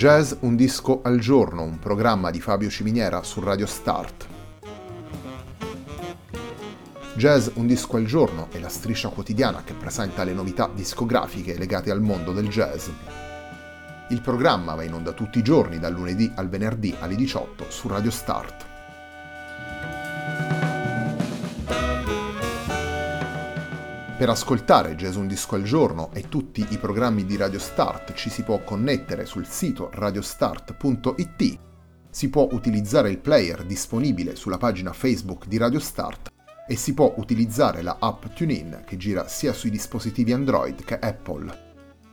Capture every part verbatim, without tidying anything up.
Jazz un disco al giorno, un programma di Fabio Ciminiera su Radio Start. Jazz un disco al giorno è la striscia quotidiana che presenta le novità discografiche legate al mondo del jazz. Il programma va in onda tutti i giorni dal lunedì al venerdì alle diciotto su Radio Start. Per ascoltare Jazz un disco al giorno e tutti i programmi di Radio Start ci si può connettere sul sito radiostart punto it, si può utilizzare il player disponibile sulla pagina Facebook di Radio Start e si può utilizzare la app TuneIn che gira sia sui dispositivi Android che Apple.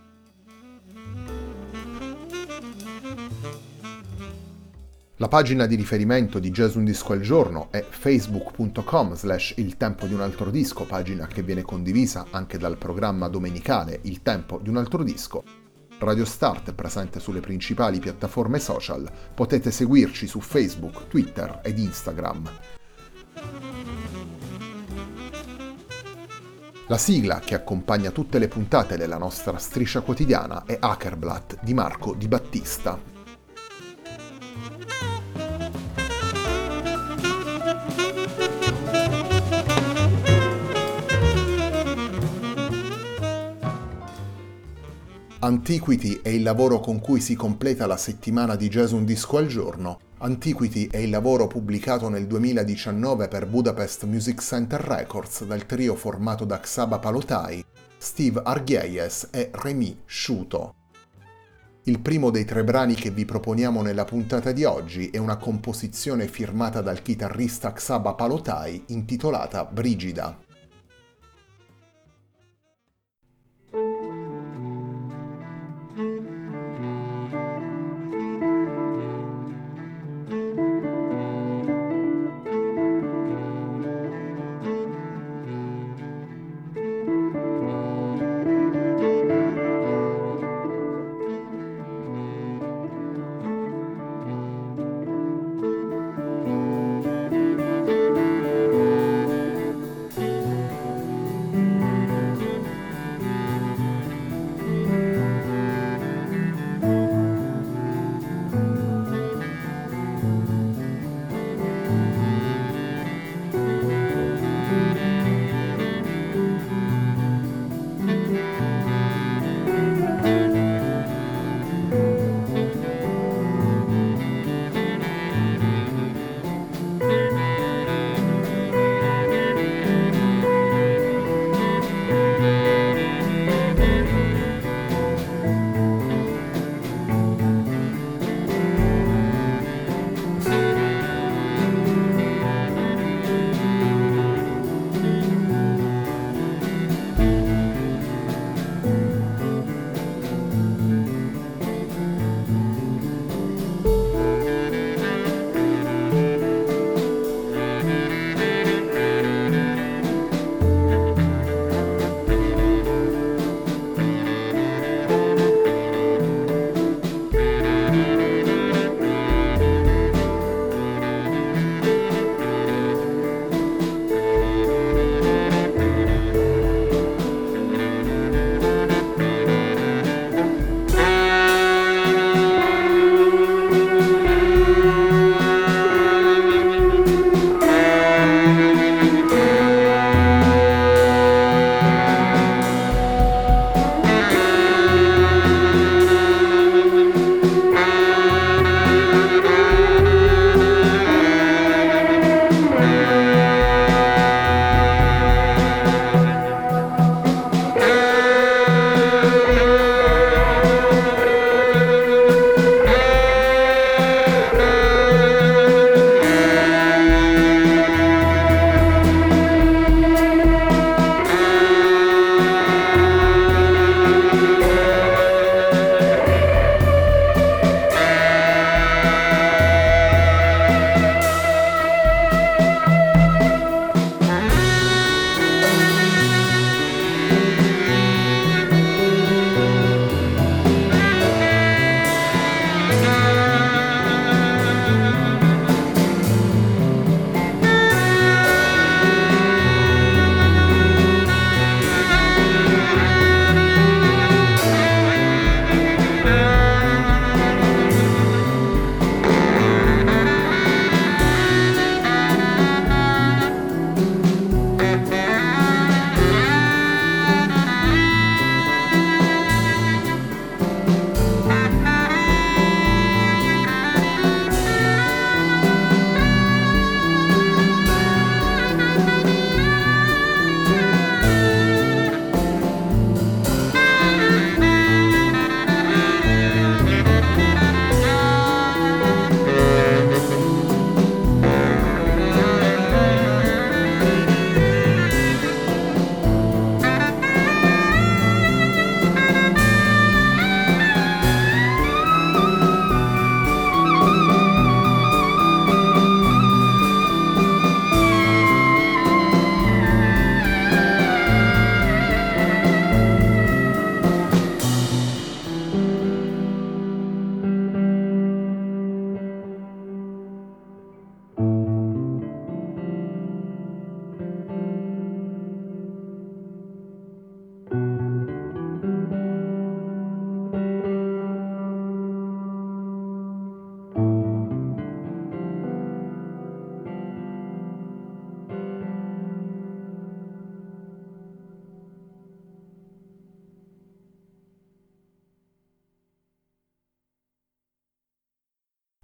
La pagina di riferimento di Jazz un disco al giorno è facebook punto com slash il tempo di un altro disco, pagina che viene condivisa anche dal programma domenicale Il tempo di un altro disco. Radio Start è presente sulle principali piattaforme social, potete seguirci su Facebook, Twitter ed Instagram. La sigla che accompagna tutte le puntate della nostra striscia quotidiana è Hackerblatt di Marco Di Battista. Antiquity è il lavoro con cui si completa la settimana di Jazz un disco al giorno. Antiquity è il lavoro pubblicato nel duemiladiciannove per Budapest Music Center Records dal trio formato da Csaba Palotai, Steve Argyes e Rémi Sciuto. Il primo dei tre brani che vi proponiamo nella puntata di oggi è una composizione firmata dal chitarrista Csaba Palotai intitolata Brigida.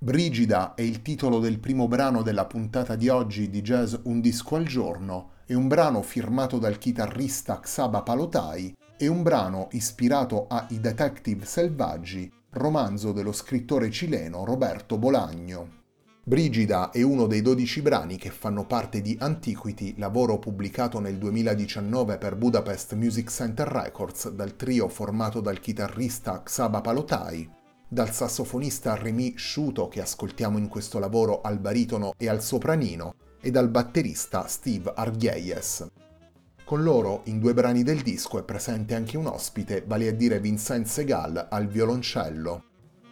Brigida è il titolo del primo brano della puntata di oggi di Jazz Un Disco al Giorno, è un brano firmato dal chitarrista Csaba Palotai e un brano ispirato a I Detective Selvaggi, romanzo dello scrittore cileno Roberto Bolaño. Brigida è uno dei dodici brani che fanno parte di Antiquity, lavoro pubblicato nel duemiladiciannove per Budapest Music Center Records dal trio formato dal chitarrista Csaba Palotai, dal sassofonista Rémi Sciuto che ascoltiamo in questo lavoro al baritono e al sopranino e dal batterista Steve Argyes. Con loro in due brani del disco è presente anche un ospite, vale a dire Vincent Segal al violoncello.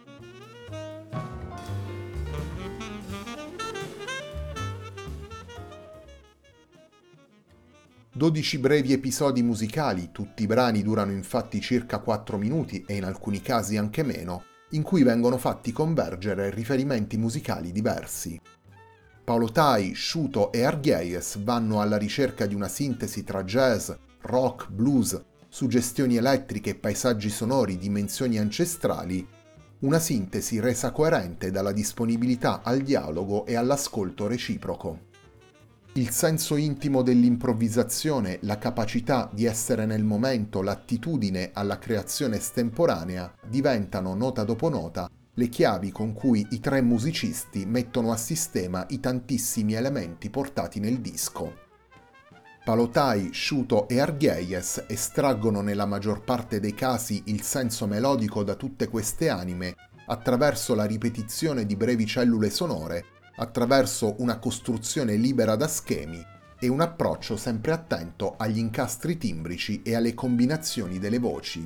dodici brevi episodi musicali, tutti i brani durano infatti circa quattro minuti e in alcuni casi anche meno, in cui vengono fatti convergere riferimenti musicali diversi. Palotai, Sciuto e Argyes vanno alla ricerca di una sintesi tra jazz, rock, blues, suggestioni elettriche e paesaggi sonori, dimensioni ancestrali, una sintesi resa coerente dalla disponibilità al dialogo e all'ascolto reciproco. Il senso intimo dell'improvvisazione, la capacità di essere nel momento, l'attitudine alla creazione estemporanea diventano, nota dopo nota, le chiavi con cui i tre musicisti mettono a sistema i tantissimi elementi portati nel disco. Palotai, Sciuto e Argyes estraggono nella maggior parte dei casi il senso melodico da tutte queste anime attraverso la ripetizione di brevi cellule sonore, attraverso una costruzione libera da schemi e un approccio sempre attento agli incastri timbrici e alle combinazioni delle voci.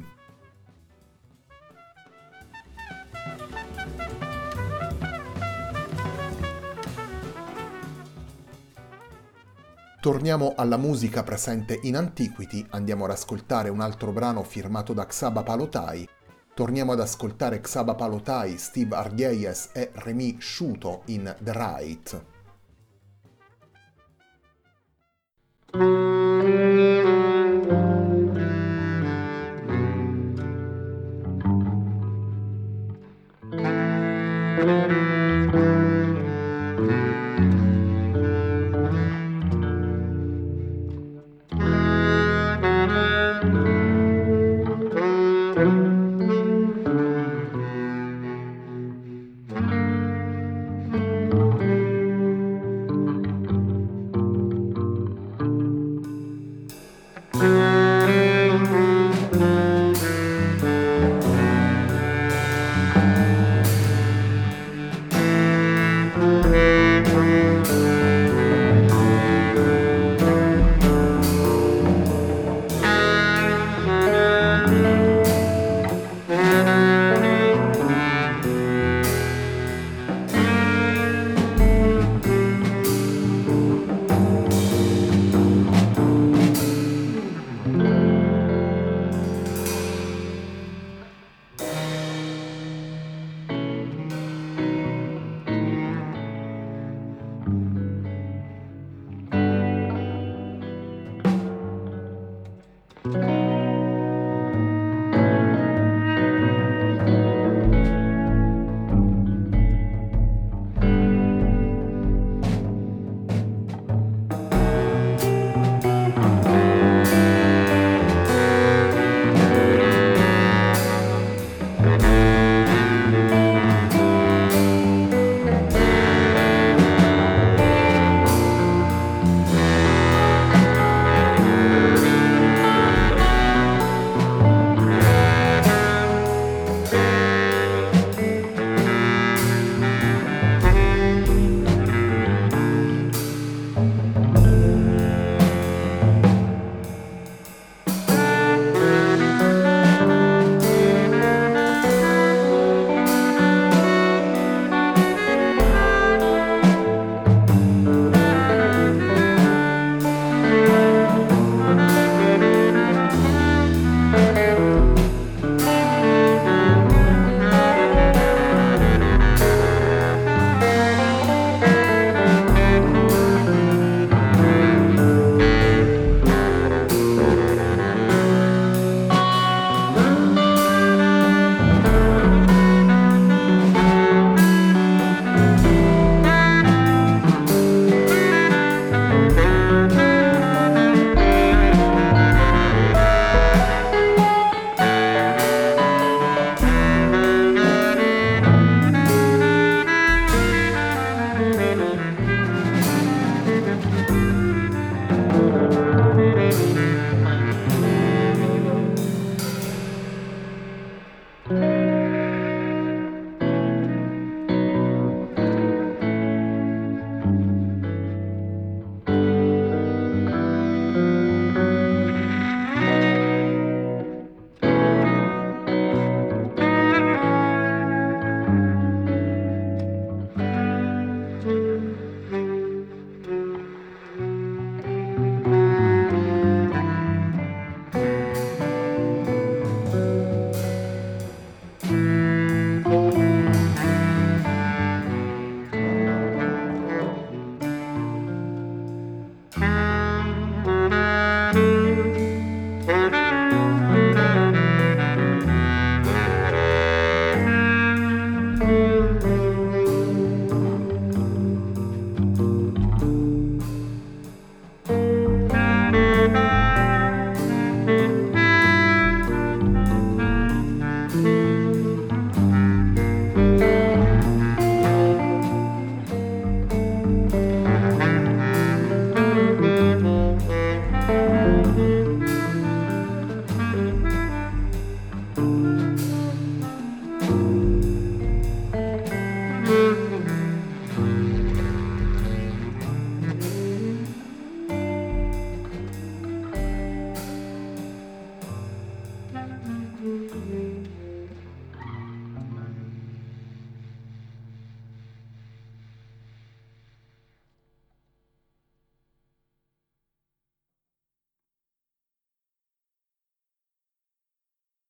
Torniamo alla musica presente in Antiquity, andiamo ad ascoltare un altro brano firmato da Csaba Palotai. Torniamo ad ascoltare Csaba Palotai, Steve Argyes e Rémi Sciuto in The Right.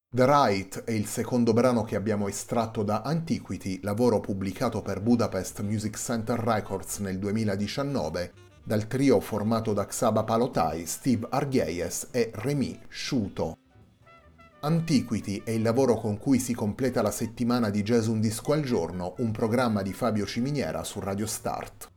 The Right è il secondo brano che abbiamo estratto da Antiquity, lavoro pubblicato per Budapest Music Center Records nel duemiladiciannove, dal trio formato da Csaba Palotai, Steve Argyes e Rémi Sciuto. Antiquity è il lavoro con cui si completa la settimana di Jazz Un Disco al Giorno, un programma di Fabio Ciminiera su Radio Start.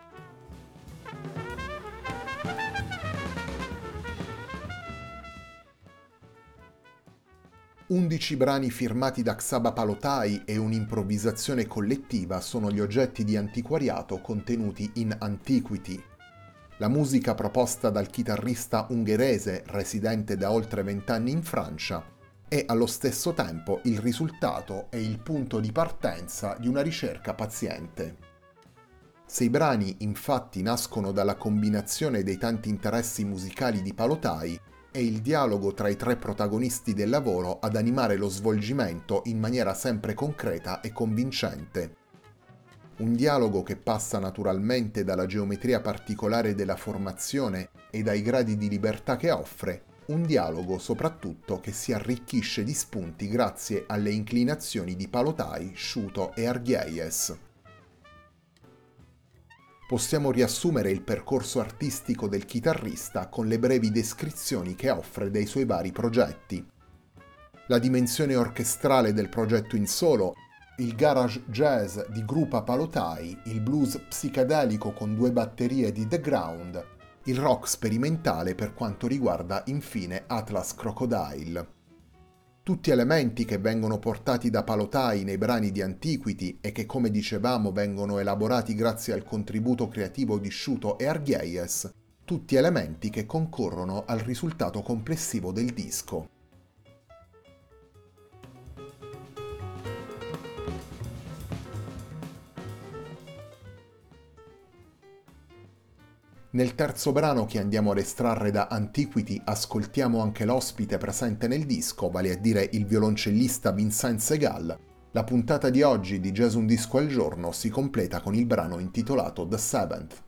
undici brani firmati da Csaba Palotai e un'improvvisazione collettiva sono gli oggetti di antiquariato contenuti in Antiquity. La musica proposta dal chitarrista ungherese residente da oltre vent'anni in Francia è allo stesso tempo il risultato e il punto di partenza di una ricerca paziente. Se i brani infatti nascono dalla combinazione dei tanti interessi musicali di Palotai, è il dialogo tra i tre protagonisti del lavoro ad animare lo svolgimento in maniera sempre concreta e convincente. Un dialogo che passa naturalmente dalla geometria particolare della formazione e dai gradi di libertà che offre, un dialogo soprattutto che si arricchisce di spunti grazie alle inclinazioni di Palotai, Sciuto e Argyes. Possiamo riassumere il percorso artistico del chitarrista con le brevi descrizioni che offre dei suoi vari progetti. La dimensione orchestrale del progetto in solo, il garage jazz di Grupa Palotai, il blues psichedelico con due batterie di The Ground, il rock sperimentale per quanto riguarda infine Atlas Crocodile. Tutti elementi che vengono portati da Palotai nei brani di Antiquity e che, come dicevamo, vengono elaborati grazie al contributo creativo di Sciuto e Argyes, tutti elementi che concorrono al risultato complessivo del disco. Nel terzo brano che andiamo ad estrarre da Antiquity ascoltiamo anche l'ospite presente nel disco, vale a dire il violoncellista Vincent Segal. La puntata di oggi di Jazz Un Disco al Giorno si completa con il brano intitolato The Seventh.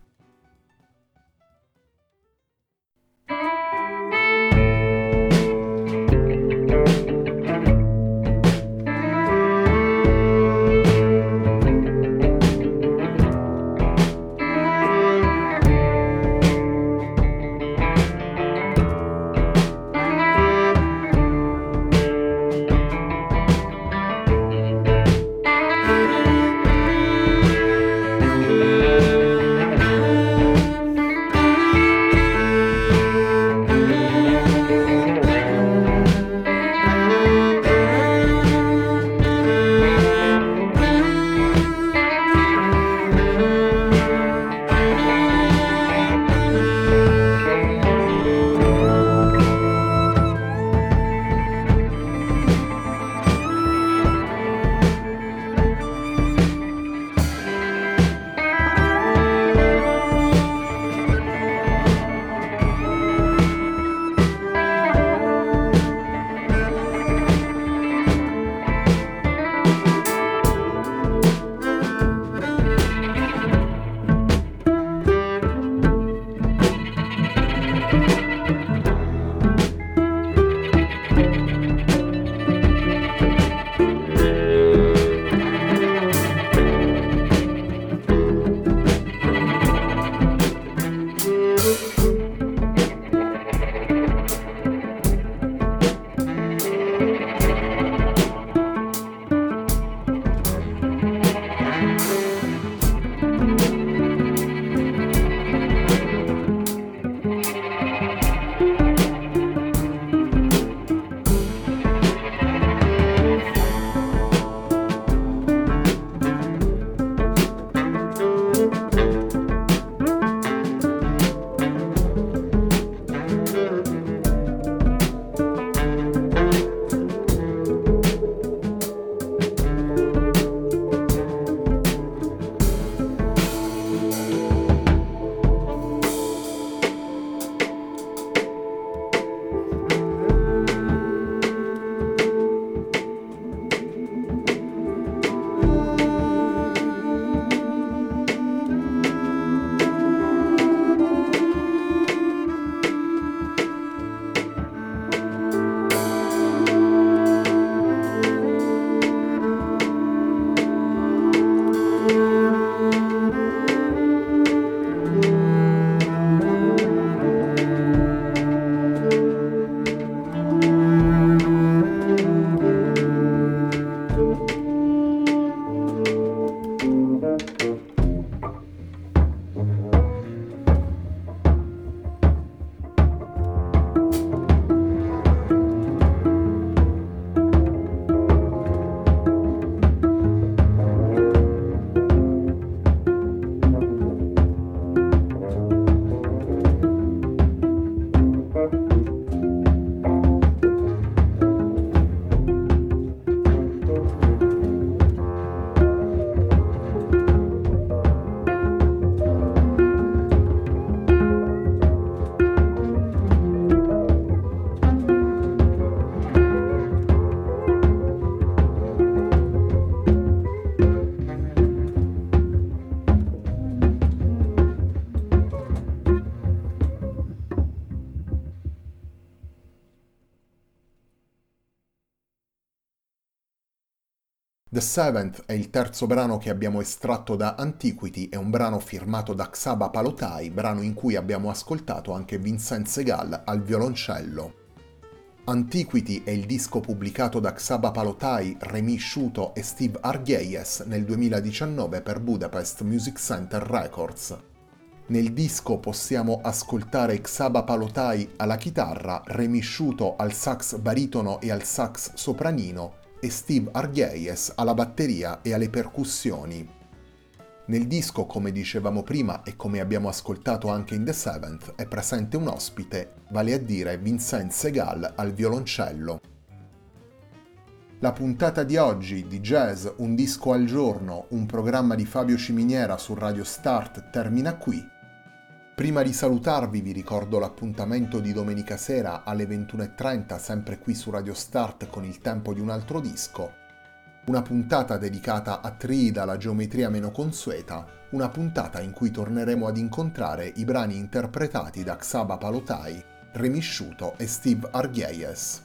The Seventh è il terzo brano che abbiamo estratto da Antiquity, è un brano firmato da Csaba Palotai, brano in cui abbiamo ascoltato anche Vincent Segal al violoncello. Antiquity è il disco pubblicato da Csaba Palotai, Rémi Sciuto e Steve Argyes nel duemiladiciannove per Budapest Music Center Records. Nel disco possiamo ascoltare Csaba Palotai alla chitarra, Rémi Sciuto al sax baritono e al sax sopranino e Steve Argyes alla batteria e alle percussioni. Nel disco, come dicevamo prima e come abbiamo ascoltato anche in The Seventh, è presente un ospite, vale a dire Vincent Segal al violoncello. La puntata di oggi di Jazz Un disco al giorno, un programma di Fabio Ciminiera su Radio Start, termina qui. Prima di salutarvi vi ricordo l'appuntamento di domenica sera alle ventuno e trenta sempre qui su Radio Start con Il tempo di un altro disco. Una puntata dedicata a Triida, la geometria meno consueta, una puntata in cui torneremo ad incontrare i brani interpretati da Csaba Palotai, Rémi Sciuto e Steve Argyes.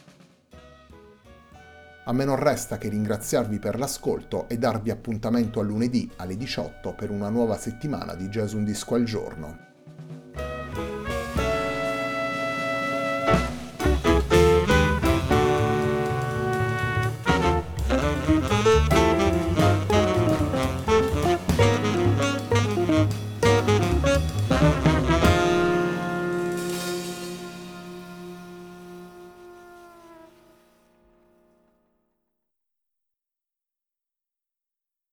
A me non resta che ringraziarvi per l'ascolto e darvi appuntamento a lunedì alle diciotto per una nuova settimana di Jazz Un disco al giorno.